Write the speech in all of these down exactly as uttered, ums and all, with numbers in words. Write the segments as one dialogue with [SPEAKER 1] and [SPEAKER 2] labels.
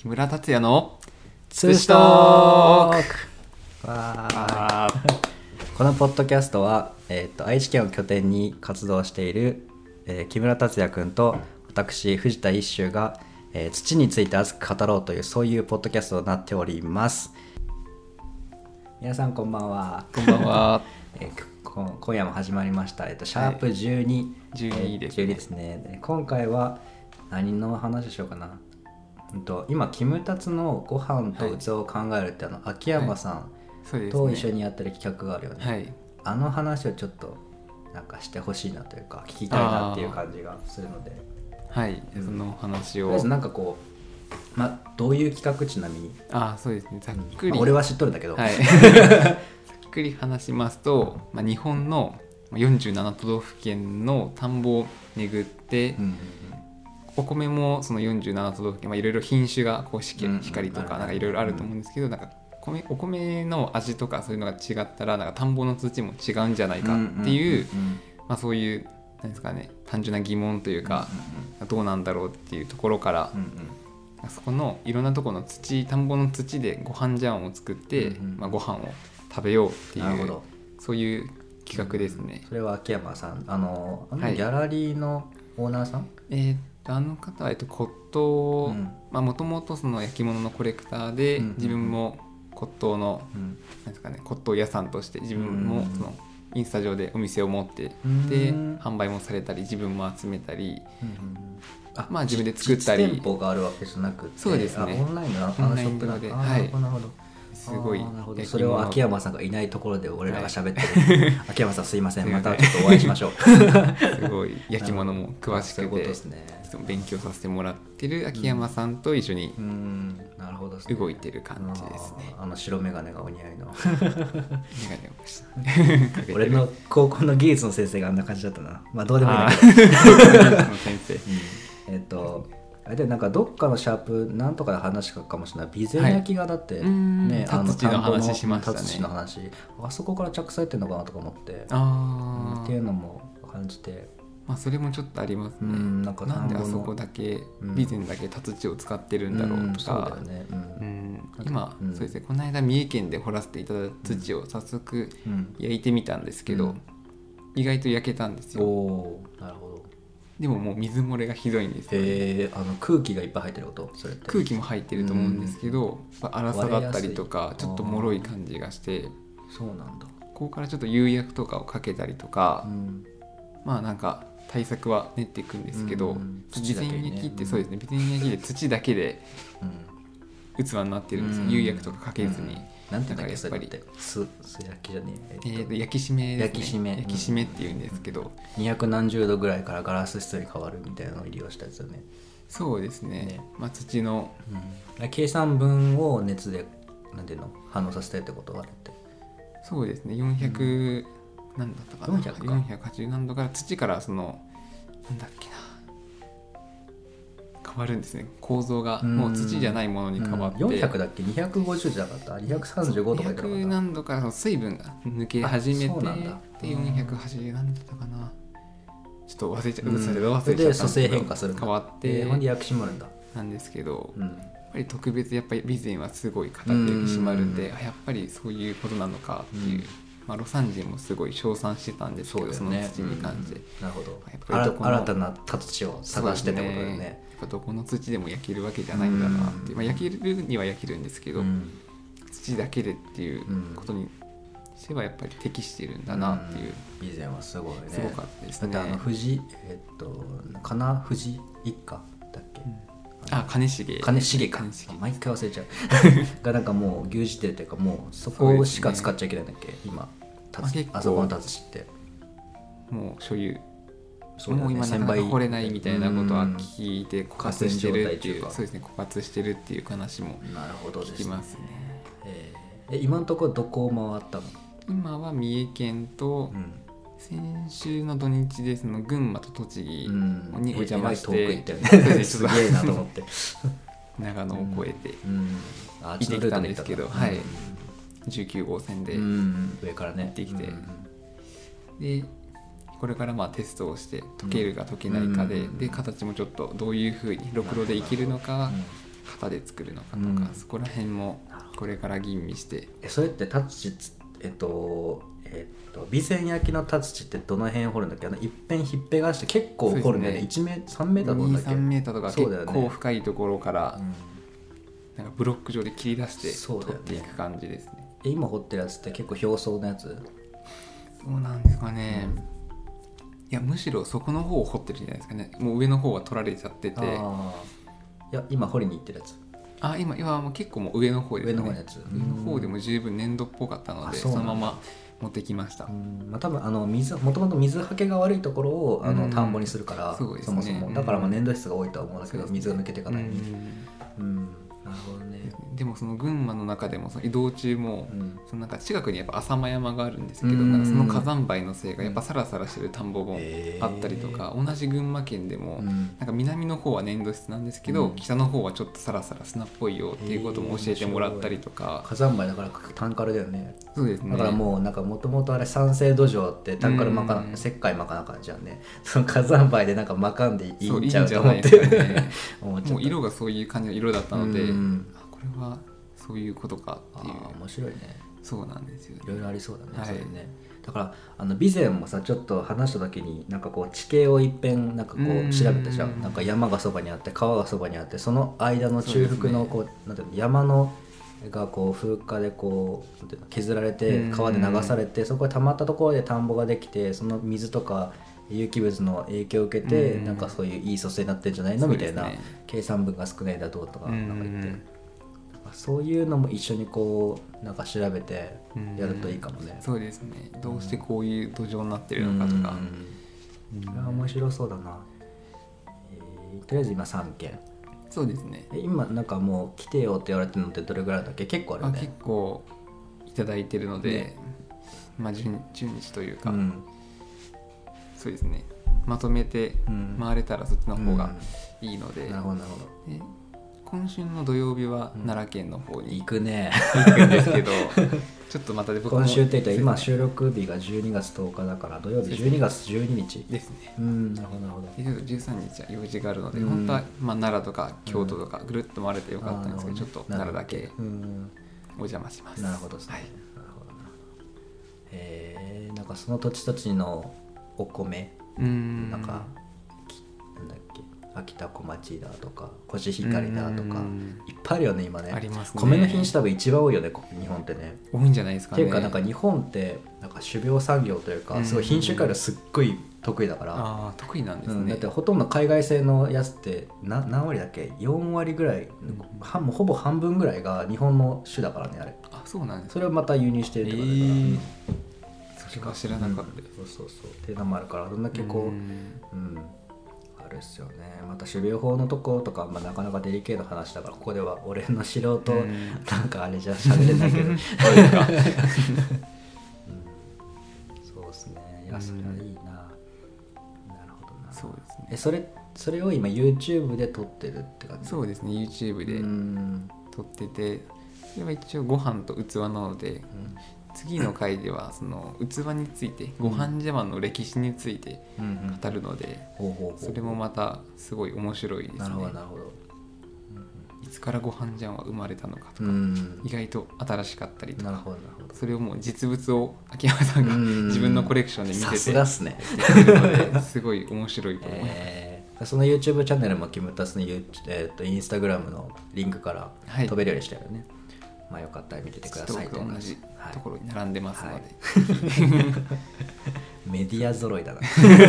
[SPEAKER 1] 木村達也の
[SPEAKER 2] ツーストークわこのポッドキャストは、えー、と愛知県を拠点に活動している、えー、木村達也くんと私藤田一秀が、えー、土について熱く語ろうというそういうポッドキャストとなっております。皆さんこんばんは。
[SPEAKER 1] こんばんは、
[SPEAKER 2] えー、今夜も始まりました、えー、とシャープじゅうに、はい、
[SPEAKER 1] じゅうにですね、
[SPEAKER 2] えー、じゅうにですね。今回は何の話しようかな。今キムタツのご飯と器を考えるって、はい、あの秋山さんと一緒にやってる企画があるよね、はい、あの話をちょっとなんかしてほしいなというか聞きたいなっていう感じがするので、
[SPEAKER 1] はい、うん、その話を
[SPEAKER 2] とりあえずなんかこう、ま、どういう企画ちなみに
[SPEAKER 1] あそうですねざっくり、
[SPEAKER 2] まあ、俺は知っとるんだけど、はい、
[SPEAKER 1] ざっくり話しますと、まあ、日本のよんじゅうなな都道府県の田んぼを巡って、うんうんうん、お米もそのよんじゅうなな都道府県、まあ、いろいろ品種がこう光とかなんかいろいろあると思うんですけど、なんか米お米の味とかそういうのが違ったらなんか田んぼの土も違うんじゃないかっていう、まあ、そういうなんですかね、単純な疑問というか、どうなんだろうっていうところから、あそこのいろんなところの土田んぼの土でご飯茶碗を作って、まあ、ご飯を食べようっていうそういう企画ですね。
[SPEAKER 2] それは秋山さん、あのあのギャラリーのオーナーさん、はい、
[SPEAKER 1] えーあの方は、えっと、骨董、もともとその焼き物のコレクターで、うんうんうん、自分も骨董の、うん、なんですかね、骨董屋さんとして自分もそのインスタ上でお店を持ってで販売もされたり自分も集めたり、うんうん、
[SPEAKER 2] あ
[SPEAKER 1] まあ、自分で作ったり
[SPEAKER 2] 実店舗があるわけじゃなくて、
[SPEAKER 1] そうですね、
[SPEAKER 2] オンラインのあのショップなので、はい、なるほど、
[SPEAKER 1] すごい
[SPEAKER 2] それを秋山さんがいないところで俺らが喋ってる、はい、秋山さんすいません、またちょっとお会いしましょう
[SPEAKER 1] すごい焼き物も詳しくて、
[SPEAKER 2] そういうことですね、
[SPEAKER 1] 勉強させてもらってる秋山さんと一緒に動いてる感じですね。
[SPEAKER 2] うん、あの白眼鏡がお似合いの
[SPEAKER 1] 眼鏡をして
[SPEAKER 2] 俺の高校の技術の先生があんな感じだったな。まあどうでもいいんだけど先生、うん、えっとあれでなんかどっかのシャープなんとかで話したかもしれない、備前焼きがだって、はい、ね、
[SPEAKER 1] タツチの話しましたね。
[SPEAKER 2] タツチの話、あそこから着されてるのかなとか思って、
[SPEAKER 1] あ、
[SPEAKER 2] うん、っていうのも感じて、
[SPEAKER 1] まあ、それもちょっとありますね、うん、なんかなんであそこだけ、うん、備前だけタツチを使ってるんだろうとか、今、うん、そうですね、この間三重県で掘らせていただいた土を早速焼いてみたんですけど、うん、意外と焼けたんですよ。
[SPEAKER 2] おー、なるほど。
[SPEAKER 1] でももう水漏れがひどいんですよ、ね、
[SPEAKER 2] へー、あの空気がいっぱい入ってること、それって
[SPEAKER 1] 空気も入ってると思うんですけど、うん、粗さだったりとかちょっと脆い感じがして、
[SPEAKER 2] そうなんだ。
[SPEAKER 1] ここからちょっと釉薬とかをかけたりとか、うん、まあなんか対策は練っていくんですけど、備前焼きってそうですね、備前焼きで土だけで器になってるんですよ、釉薬とかかけずに。
[SPEAKER 2] なんていうんだっけ、それって素焼きじゃねえ、
[SPEAKER 1] えー、と焼き締めですね。
[SPEAKER 2] 焼き締め、
[SPEAKER 1] 焼き締めっていうんですけど、
[SPEAKER 2] にひゃくなんじゅうどぐらいからガラス質に変わるみたいなのを利用したやつよね。
[SPEAKER 1] そうですね、ね、まあ、土の、
[SPEAKER 2] うん、計算分を熱でなんていうの反応させてってことがあるって。
[SPEAKER 1] そうですね、よんひゃく、うん、なんだったかな、よんひゃくかよんひゃくはちじゅうなんどから土からそのなんだっけな変わるんですね、構造がもう土じゃないものに変わって、
[SPEAKER 2] よんひゃくだっけ、にひゃくごじゅうじゃなかった、にひゃくさんじゅうごとか言ってなかった、
[SPEAKER 1] にひゃくなんどからその水分が抜け始めて、でよんひゃくはちじゅうなんだったかな、ちょっと忘れちゃった、うん、忘れちゃった
[SPEAKER 2] んですけど、組成変化する
[SPEAKER 1] 変わって、
[SPEAKER 2] えー、ほんで焼き締まるんだ
[SPEAKER 1] なんですけど、うん、やっぱり特別やっぱり備前はすごい硬く焼き締まるんで、うん、あやっぱりそういうことなのかっていう、うん、まあ、魯山人もすごい称賛してたんですけど、 そ,、ね、その土に関して、うん、
[SPEAKER 2] なるほど、やっぱりどこの新たな土を探してってことだよね。
[SPEAKER 1] やっぱどこの土でも焼けるわけじゃないんだなって、うん、まあ、焼けるには焼けるんですけど、うん、土だけでっていうことにしてはやっぱり適してるんだなっていう、
[SPEAKER 2] うん、備前はすごいね、
[SPEAKER 1] すごかったですね。
[SPEAKER 2] だってあの藤えっと金藤一家だっけ、うん、
[SPEAKER 1] あ金重
[SPEAKER 2] 金重か毎回忘れちゃうがなんかもう牛耳ってるというか、もうそこしか使っちゃいけないんだっけ、ね、今たつ、まあ、あそこのたつしって
[SPEAKER 1] もう所有、そうね、もう今なかなか掘れないみたいなことは聞いて枯渇してるっていう、そうですね、枯渇してるっていう話も聞きますね。
[SPEAKER 2] えー、今のところどこを回ったの？
[SPEAKER 1] 今は三重県と、うん、先週の土日でその群馬と栃木にお邪魔して、うん、
[SPEAKER 2] 遠く行ったよねすげえなと思って
[SPEAKER 1] 長野を越えて行ってきたんですけど、うん、はい、じゅうきゅうごうせんで
[SPEAKER 2] 上からね
[SPEAKER 1] 行ってきて、うん、でこれからまあテストをして解けるか解けないかで、うん、で形もちょっとどういう風にろくろでいけるのか、 型で作るのかとか、うん、そこら辺もこれから吟味して。
[SPEAKER 2] えそれってタツチえっとえっと備前焼のタツチってどの辺掘るんだっけ？あの一辺ひっぺがして結構掘るんだよね。いちメートルさんメーターとかだっけ？
[SPEAKER 1] に、さんメーターとか結構深いところから、ね、なんかブロック状で切り出して取っていく感じですね。
[SPEAKER 2] え今掘ってるやつって結構表層のやつ？
[SPEAKER 1] そうなんですかね、うん、いやむしろそこの方を掘ってるんじゃないですかね。もう上の方は取られちゃってて。
[SPEAKER 2] あいや今掘りに行ってるやつ。
[SPEAKER 1] あ今今はもう結構もう上の方ですね。
[SPEAKER 2] 上の方のやつ。
[SPEAKER 1] 上の方でも十分粘土っぽかったので、そのまま持ってきました。
[SPEAKER 2] うん、まあ、多分あの水もともと水はけが悪いところをあの田んぼにするから、
[SPEAKER 1] そうですね、
[SPEAKER 2] そもそもだからまあ粘土質が多いとは思うんだけど、水が抜けていかないように。
[SPEAKER 1] うん、
[SPEAKER 2] なるほどね。
[SPEAKER 1] でもその群馬の中でもその移動中も、うん、そのなんか近くにやっぱ浅間山があるんですけど、なんかその火山灰のせいがやっぱサラサラしてる田んぼもあったりとか、同じ群馬県でもなんか南の方は粘土質なんですけど、うん、北の方はちょっとサラサラ砂っぽいよっていうことも教えてもらったりとか。
[SPEAKER 2] 火山灰だからタンカルだよね。
[SPEAKER 1] そうですね。
[SPEAKER 2] だからもうなんかもともとあれ酸性土壌ってタンカル巻かな石灰巻かなかったじゃんね。その火山灰でなんか巻かんでいいんちゃうと思って。
[SPEAKER 1] ね、もう色がそういう感じの色だったので、うん、これはそういうことかっていう。
[SPEAKER 2] あ面白いね。
[SPEAKER 1] そうなんですよ、ね、
[SPEAKER 2] いろいろありそうだね、
[SPEAKER 1] はい、
[SPEAKER 2] それね。だからあの備前もさちょっと話した時になんかこう地形を一遍なんかこう調べたじゃん。なんか山がそばにあって川がそばにあって、その間の中腹のこう、ね、なんていうの山のがこう風化でこうなんていうの削られて川で流されて、そこで溜まったところで田んぼができて、その水とか有機物の影響を受けてなんかそういういい疎水になってるんじゃないのみたいな、計算分が少ないだどうとかなんか言って、そういうのも一緒にこうなんか調べてやるといいかもね。
[SPEAKER 1] うそうですね。どうしてこういう土壌になってるのかとか。
[SPEAKER 2] これは面白そうだな。えー、とりあえず今さんけん。
[SPEAKER 1] そうですね。
[SPEAKER 2] 今なんかもう来てよって言われてるのってどれぐらいだっけ？結構あるよね。
[SPEAKER 1] あ結構いただいてるので、ね、まあ 順, 順次というか、うん、そうですね。まとめて回れたらそっちの方がいいので。
[SPEAKER 2] うんうん、なるほどなるほど。
[SPEAKER 1] で今週の土曜日は奈良県の方に、
[SPEAKER 2] うん、行くね
[SPEAKER 1] 行くんですけどちょっとまたで僕も
[SPEAKER 2] 今週って言ったら今収録日がじゅうにがつとおかだから土曜日じゅうにがつじゅうににち
[SPEAKER 1] ですね。
[SPEAKER 2] うんなるほどなるほど。
[SPEAKER 1] じゅうさんにちは用事があるので、うん、本当はまあ奈良とか京都とかぐるっと回れてよかったんですけど、うん、ちょっと奈良だけお邪魔します。
[SPEAKER 2] なるほどですね、
[SPEAKER 1] はい、
[SPEAKER 2] なるほどな。えー、なんかその土地土地のお米
[SPEAKER 1] うん
[SPEAKER 2] なんかなんだっけ秋田小町だとかコシヒカリだとかいっぱいあるよね今ね。
[SPEAKER 1] ありますね。
[SPEAKER 2] 米の品種多分一番多いよね日本ってね。
[SPEAKER 1] 多いんじゃないですかね。
[SPEAKER 2] っていうかなんか日本ってなんか種苗産業というかすごい品種改良すっごい得意だから。
[SPEAKER 1] あ得意なんですね、うん、
[SPEAKER 2] だってほとんど海外製のやつってな何割だっけよんわりぐらい、うん、もうほぼ半分ぐらいが日本の種だからねあれ。
[SPEAKER 1] あそうなんです。
[SPEAKER 2] それをまた輸入してるってことだから、えー、
[SPEAKER 1] それは知らなかった、うん、
[SPEAKER 2] そうそうそうっていうのもあるからどんだけこう、うん、うんあれですよね。また種苗法のとことか、まあ、なかなかデリケートな話だからここでは俺の素人なんかあれじゃ喋れないけどそうですか、うん、そうですね。いやそれはいいな。なるほどな。
[SPEAKER 1] そうですね。
[SPEAKER 2] えそれそれを今 YouTube で撮ってるって感じ？
[SPEAKER 1] そうですね YouTube で撮ってて、それは一応ご飯と器なので、うん、次の回ではその器についてご飯茶碗の歴史について語るので、それもまたすごい面白いですね。
[SPEAKER 2] なるほどなるほど。
[SPEAKER 1] いつからご飯茶碗は生まれたのかとか、うん、意外と新しかったりとか、それをもう実物を秋山さんが自分のコレクションで見てて、
[SPEAKER 2] さすがっすね。
[SPEAKER 1] すごい面白いと思います。
[SPEAKER 2] えー、その YouTube チャンネルもキムタスの、えー、とインスタグラムのリンクから飛べるようにしてるよね。はい、まあ、よかったら見ててください。
[SPEAKER 1] 同じところに並んでますので、はい、
[SPEAKER 2] メディア揃いだな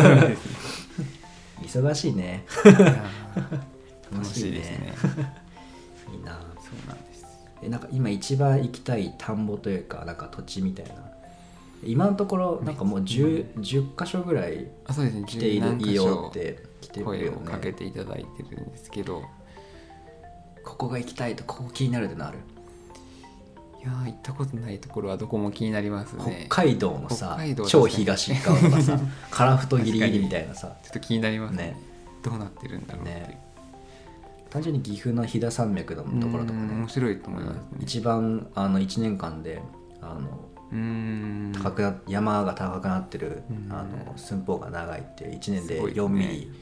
[SPEAKER 2] 忙しいね
[SPEAKER 1] 楽しいですね
[SPEAKER 2] いいな。
[SPEAKER 1] そうなんです。
[SPEAKER 2] えなんか今一番行きたい田んぼというかなんか土地みたいな、今のところなんかもう 10, 10箇所ぐらい来ているいいよって来てるよ、ね、
[SPEAKER 1] 声をかけていただいてるんですけど、
[SPEAKER 2] ここが行きたいとここ気になるってのある？
[SPEAKER 1] いや行ったことないところはどこも気になりますね。
[SPEAKER 2] 北海道のさ超東側とかさ樺太ギリギリみたいなさ
[SPEAKER 1] ちょっと気になります ね, ねどうなってるんだろうって、ね、
[SPEAKER 2] 単純に岐阜の飛騨山脈のところとかね
[SPEAKER 1] 面白いと思いますね、
[SPEAKER 2] うん、一番あのいちねんかんであの
[SPEAKER 1] うーん
[SPEAKER 2] 高くな山が高くなってるあの寸法が長いっていちねんでよんミリ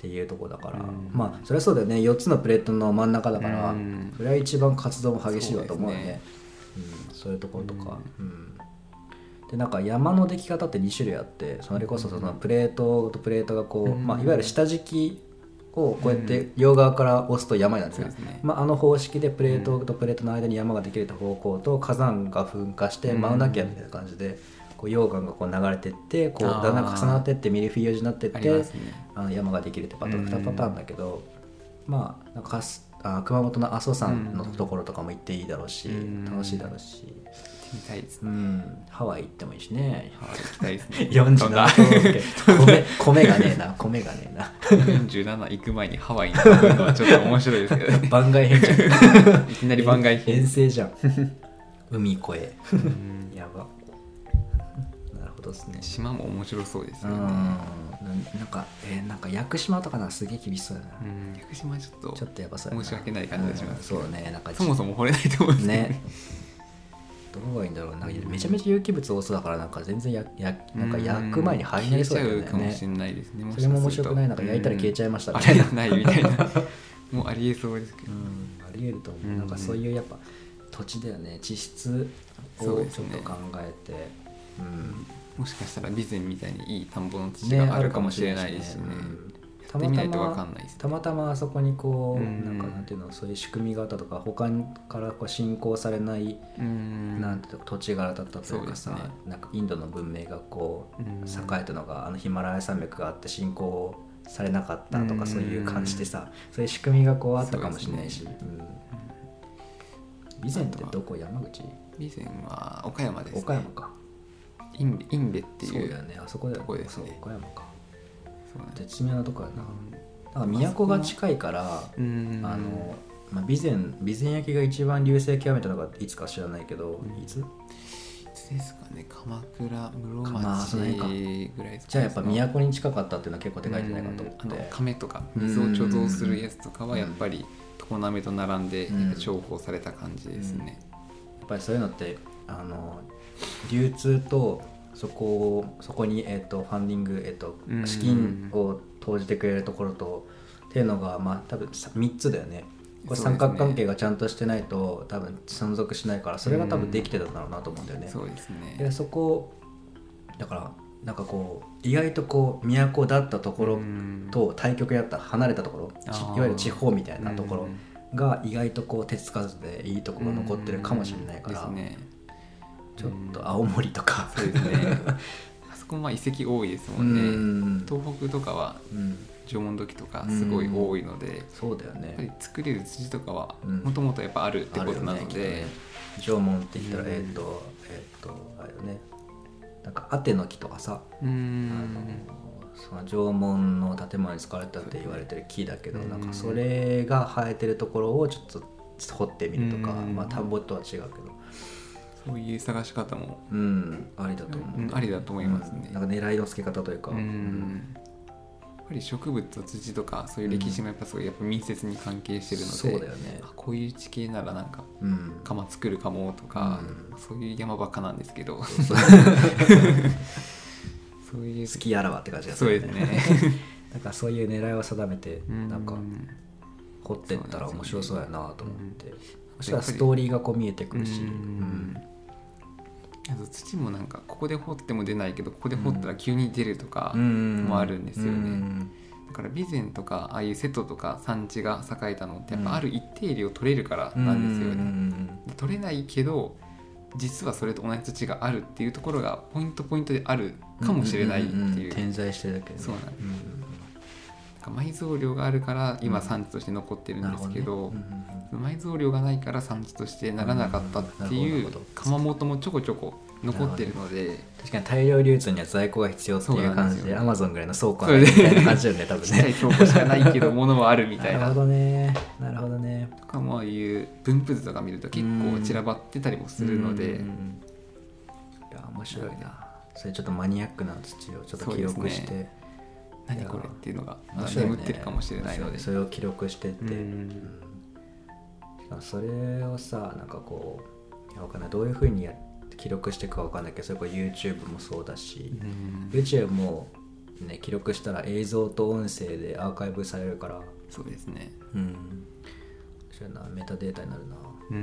[SPEAKER 2] っていうとこだから、
[SPEAKER 1] うん、
[SPEAKER 2] まあそれはそうだよね、よっつのプレートの真ん中だから、
[SPEAKER 1] うん、
[SPEAKER 2] それは一番活動も激しいわと思うよね。
[SPEAKER 1] そうですね、
[SPEAKER 2] うん、そういうところとか、うんうん、でなんか山のでき方ってに種類あって、それこそそのプレートとプレートがこう、うんまあ、いわゆる下敷きをこうやって両側から押すと山になるんですよ、ねまあ、あの方式でプレートとプレートの間に山ができる方向と火山が噴火してマウナキアみたいな感じでこう溶岩がこう流れていってこうだんだん重なっていってミルフィーユ状になっていって あ、ね、あの山ができるってパターンにパターンだけど、まあなんかあ熊本の阿蘇山のところとかも行っていいだろうし、楽しいだろうし、
[SPEAKER 1] みたいですね、
[SPEAKER 2] うん、ハワイ行ってもいいしね。
[SPEAKER 1] ハワイ行きたいですね
[SPEAKER 2] よんじゅうなな都道府県米, 米がねえな米がねえな
[SPEAKER 1] よんじゅうなな行く前にハワイに行くのはちょっと面白いですけどね
[SPEAKER 2] 番外編じゃん
[SPEAKER 1] いきなり番外編
[SPEAKER 2] 遠征じゃん海越えやばなるほどですね。
[SPEAKER 1] 島も面白そうですよね。
[SPEAKER 2] うんなんか、えー、なんか屋久島とかなんかすげえ厳しそうだな。
[SPEAKER 1] うん屋久島ちょっと
[SPEAKER 2] ちょっとやばそう
[SPEAKER 1] 申し訳ない感じがします、
[SPEAKER 2] うん、そうねなんか
[SPEAKER 1] そもそも掘れないと思うんです
[SPEAKER 2] ねどうがいいんだろうなんかめちゃめちゃ有機物多そうだからなんか全然ややなんか焼く前に灰になりそうだよね。
[SPEAKER 1] 消えちゃうかもしれないですね。
[SPEAKER 2] それも面白くないなんか焼いたら消えちゃいましたみたいな、
[SPEAKER 1] あれないみたいなもうありえそうですけど、
[SPEAKER 2] うん、ありえると思う、うん、なんかそういうやっぱ土地だよね地質をちょっと考えて、ねうん、
[SPEAKER 1] もしかしたら備前みたいにいい田んぼの土があるかもしれないですしね、
[SPEAKER 2] たまたまたまたまあそこにこう、うん、なんかなんていうのそういう仕組みがあったとか他からこう侵攻されない、うん、なんていう土地柄だったというかさ、ね、なんかインドの文明がこう、うん、栄えたのがあのヒマラヤ山脈があって侵攻されなかったとか、うん、そういう感じでさそういう仕組みがこうあったかもしれないし、ねうん、備前ってどこ山口？
[SPEAKER 1] 備前は岡山ですね。
[SPEAKER 2] 岡山か。
[SPEAKER 1] インベ、インベっていう
[SPEAKER 2] そうだよねあそこだよね。
[SPEAKER 1] こですね。
[SPEAKER 2] そう岡山か。
[SPEAKER 1] 絶
[SPEAKER 2] 妙なとこやな。なんか都が近いからあの、まあ、備前備前焼が一番隆盛極めたのがいつか知らないけど、うん、いつい
[SPEAKER 1] つですかね。鎌倉室町ぐらいですか。
[SPEAKER 2] じゃあやっぱ都に近かったっていうのは結構でかいんじゃないかと思って、
[SPEAKER 1] あの亀とか水を貯蔵するやつとかはやっぱり常滑と並んで重宝された感じですね、
[SPEAKER 2] うんうん、やっぱりそういうのってあの流通とそこをそこに、えー、とファンディング、えー、と資金を投じてくれるところと、うん、っていうのが、まあ、多分みっつだよね。これ三角関係がちゃんとしてないと多分存続しないからそれが多分できてたんだろうなと思うんだよね。
[SPEAKER 1] そうですね。
[SPEAKER 2] でそこだからなんかこう意外とこう都だったところと対極やった離れたところいわゆる地方みたいなところが意外とこう手つかずでいいところが残ってるかもしれないから、ね、ちょっと青森とか
[SPEAKER 1] そうですねあそこも遺跡多いですもんね。ん東北とかは、うん縄文土器とかすごい多いので、うん、
[SPEAKER 2] そうだよね。
[SPEAKER 1] やっぱり作れる土とかはもともとやっぱあるってことなので、うんねね、
[SPEAKER 2] 縄文って言ったら、うん、えっ、ー、とえっ、ー、とあれよねなんかアテの木とかさ、うんあのその縄文の建物に使われたって言われてる木だけど、なんかそれが生えてるところをちょっと掘ってみるとか、まあ田んぼとは違うけど
[SPEAKER 1] そういう探し方も、
[SPEAKER 2] うん、ありだと思う、
[SPEAKER 1] うん、ありだと思いますね、
[SPEAKER 2] うん、なんか狙いのつけ方というか、うん
[SPEAKER 1] うんやっぱり植物と土とかそういう歴史もやっぱすごいやっぱ密接に関係してるので、
[SPEAKER 2] そうだよね、
[SPEAKER 1] こういう地形ならなんか窯作るかもとか、うん、そういう山ばっかなんですけどそういう
[SPEAKER 2] 好きやらばって感じが
[SPEAKER 1] する、ね、そうですね
[SPEAKER 2] だからそういう狙いを定めてなんか掘ってったら面白そうやなと思って、うん、そしたらストーリーがこう見えてくるし、うんうん
[SPEAKER 1] あと土もなんかここで掘っても出ないけどここで掘ったら急に出るとかもあるんですよね、うん、だから備前とかああいう瀬戸とか山地が栄えたのってやっぱある一定量取れるからなんですよね、うん、取れないけど実はそれと同じ土があるっていうところがポイントポイントであるかもしれないっていう、うんうんうん、
[SPEAKER 2] 点在してるだけで、ね、
[SPEAKER 1] そうなんです、うん、埋蔵量があるから今産地として残ってるんですけど、うん埋蔵量がないから産地としてならなかったっていう窯元もちょこちょこ残ってるので、
[SPEAKER 2] 確かに大量流通には在庫が必要っていう感じでアマゾンぐらいの倉庫みたいな感じよね多分ね。
[SPEAKER 1] ちっちゃい倉庫しかないけど物はあるみたいな。
[SPEAKER 2] なるほどねなるほどね。
[SPEAKER 1] とかもああいう分布図とか見ると結構散らばってたりもするので、
[SPEAKER 2] うんうんうん、いや面白いな。それちょっとマニアックな土をちょっと記録して、ね、
[SPEAKER 1] 何これっていうのがまだ眠ってるかもしれないので、
[SPEAKER 2] それを記録してって、うんそれをさなんかこういやわかんないどういう風にや記録していくかわかんないけどそれこそ YouTube もそうだし、うん、YouTube もね、記録したら映像と音声でアーカイブされるから。
[SPEAKER 1] そうですね。
[SPEAKER 2] うん。面白いな、メタデータになるな。
[SPEAKER 1] うん。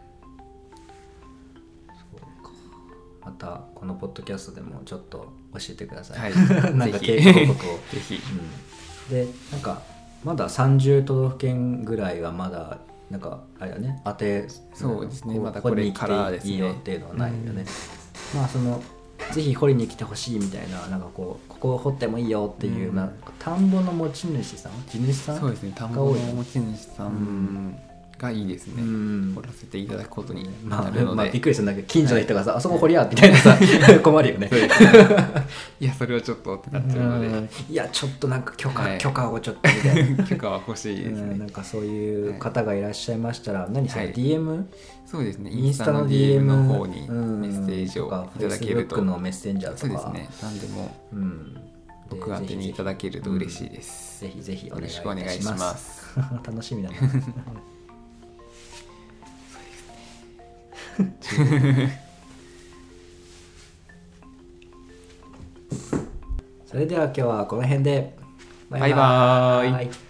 [SPEAKER 2] そうか。またこのポッドキャストでもちょっと教えてください。
[SPEAKER 1] はい。
[SPEAKER 2] なんか経過報告を。
[SPEAKER 1] ぜひ。
[SPEAKER 2] うん、で、なんかまださんじゅう都道府県ぐらいはまだなんかあれだね、当て、
[SPEAKER 1] そうですね。まだこれからですね。
[SPEAKER 2] いいよっていうのはないよね。うん、まあそのぜひ掘りに来てほしいみたいな、なんかこうここを掘ってもいいよっていう、うん、なんか田んぼの持ち主さん、地主さん、
[SPEAKER 1] そうですね。田んぼの持ち主さんがいいですね。うん、掘らせていただくことになるので、まあまあ、
[SPEAKER 2] びっくりするんだけど近所の人がさ、はい、あそこ掘りやみたいなさ困るよね。
[SPEAKER 1] いやそれはちょっとってなっちゃうので、うん、
[SPEAKER 2] いやちょっとなんか許可、はい、許可をちょっとみたいな
[SPEAKER 1] 許可は欲しいですね。
[SPEAKER 2] うん、なんかそういう方がいらっしゃいましたら、はい、何それ、はい、ディーエム？
[SPEAKER 1] そうですね。インスタの ディーエム の方にメッセージをいただけると、
[SPEAKER 2] Facebook のメッセンジャーとか、
[SPEAKER 1] そうですね。何でも、うん、僕宛てにいただけると嬉しいです。
[SPEAKER 2] ぜひぜひお願いします。
[SPEAKER 1] よろしくお願いします。
[SPEAKER 2] 楽しみだね。それでは今日はこの辺で
[SPEAKER 1] バイバーイ。バイバーイ。